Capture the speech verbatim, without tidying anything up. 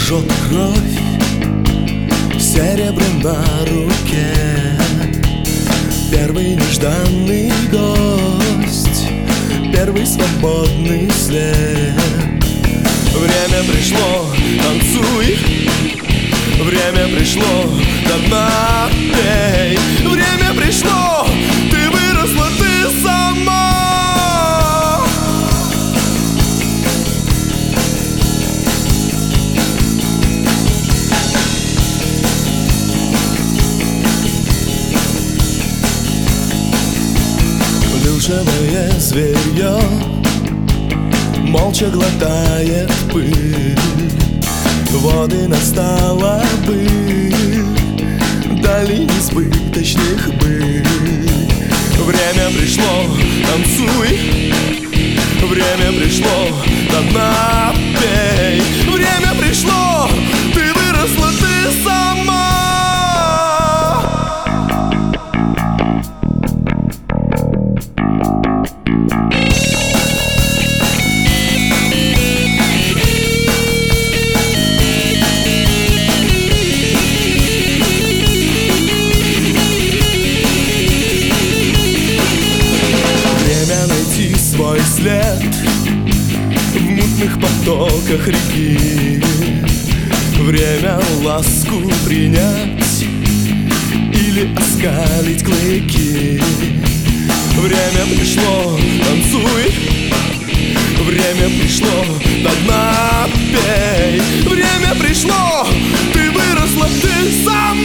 жжет кровь серебром на руке. Первый нежданный гость, первый свободный след. Время пришло, танцуй, время пришло, до дна пей. Время пришло, ты выросла, ты сама. Плюшевое зверье молча глотает пыль. Воды настала быль, дали несбыточных быль. Время пришло, танцуй, время пришло, до дна пей. Время пришло, ты выросла, ты сама. Свой след в мутных потоках реки. Время ласку принять или оскалить клыки. Время пришло, танцуй, время пришло, до дна пей. Время пришло, ты выросла, ты сам.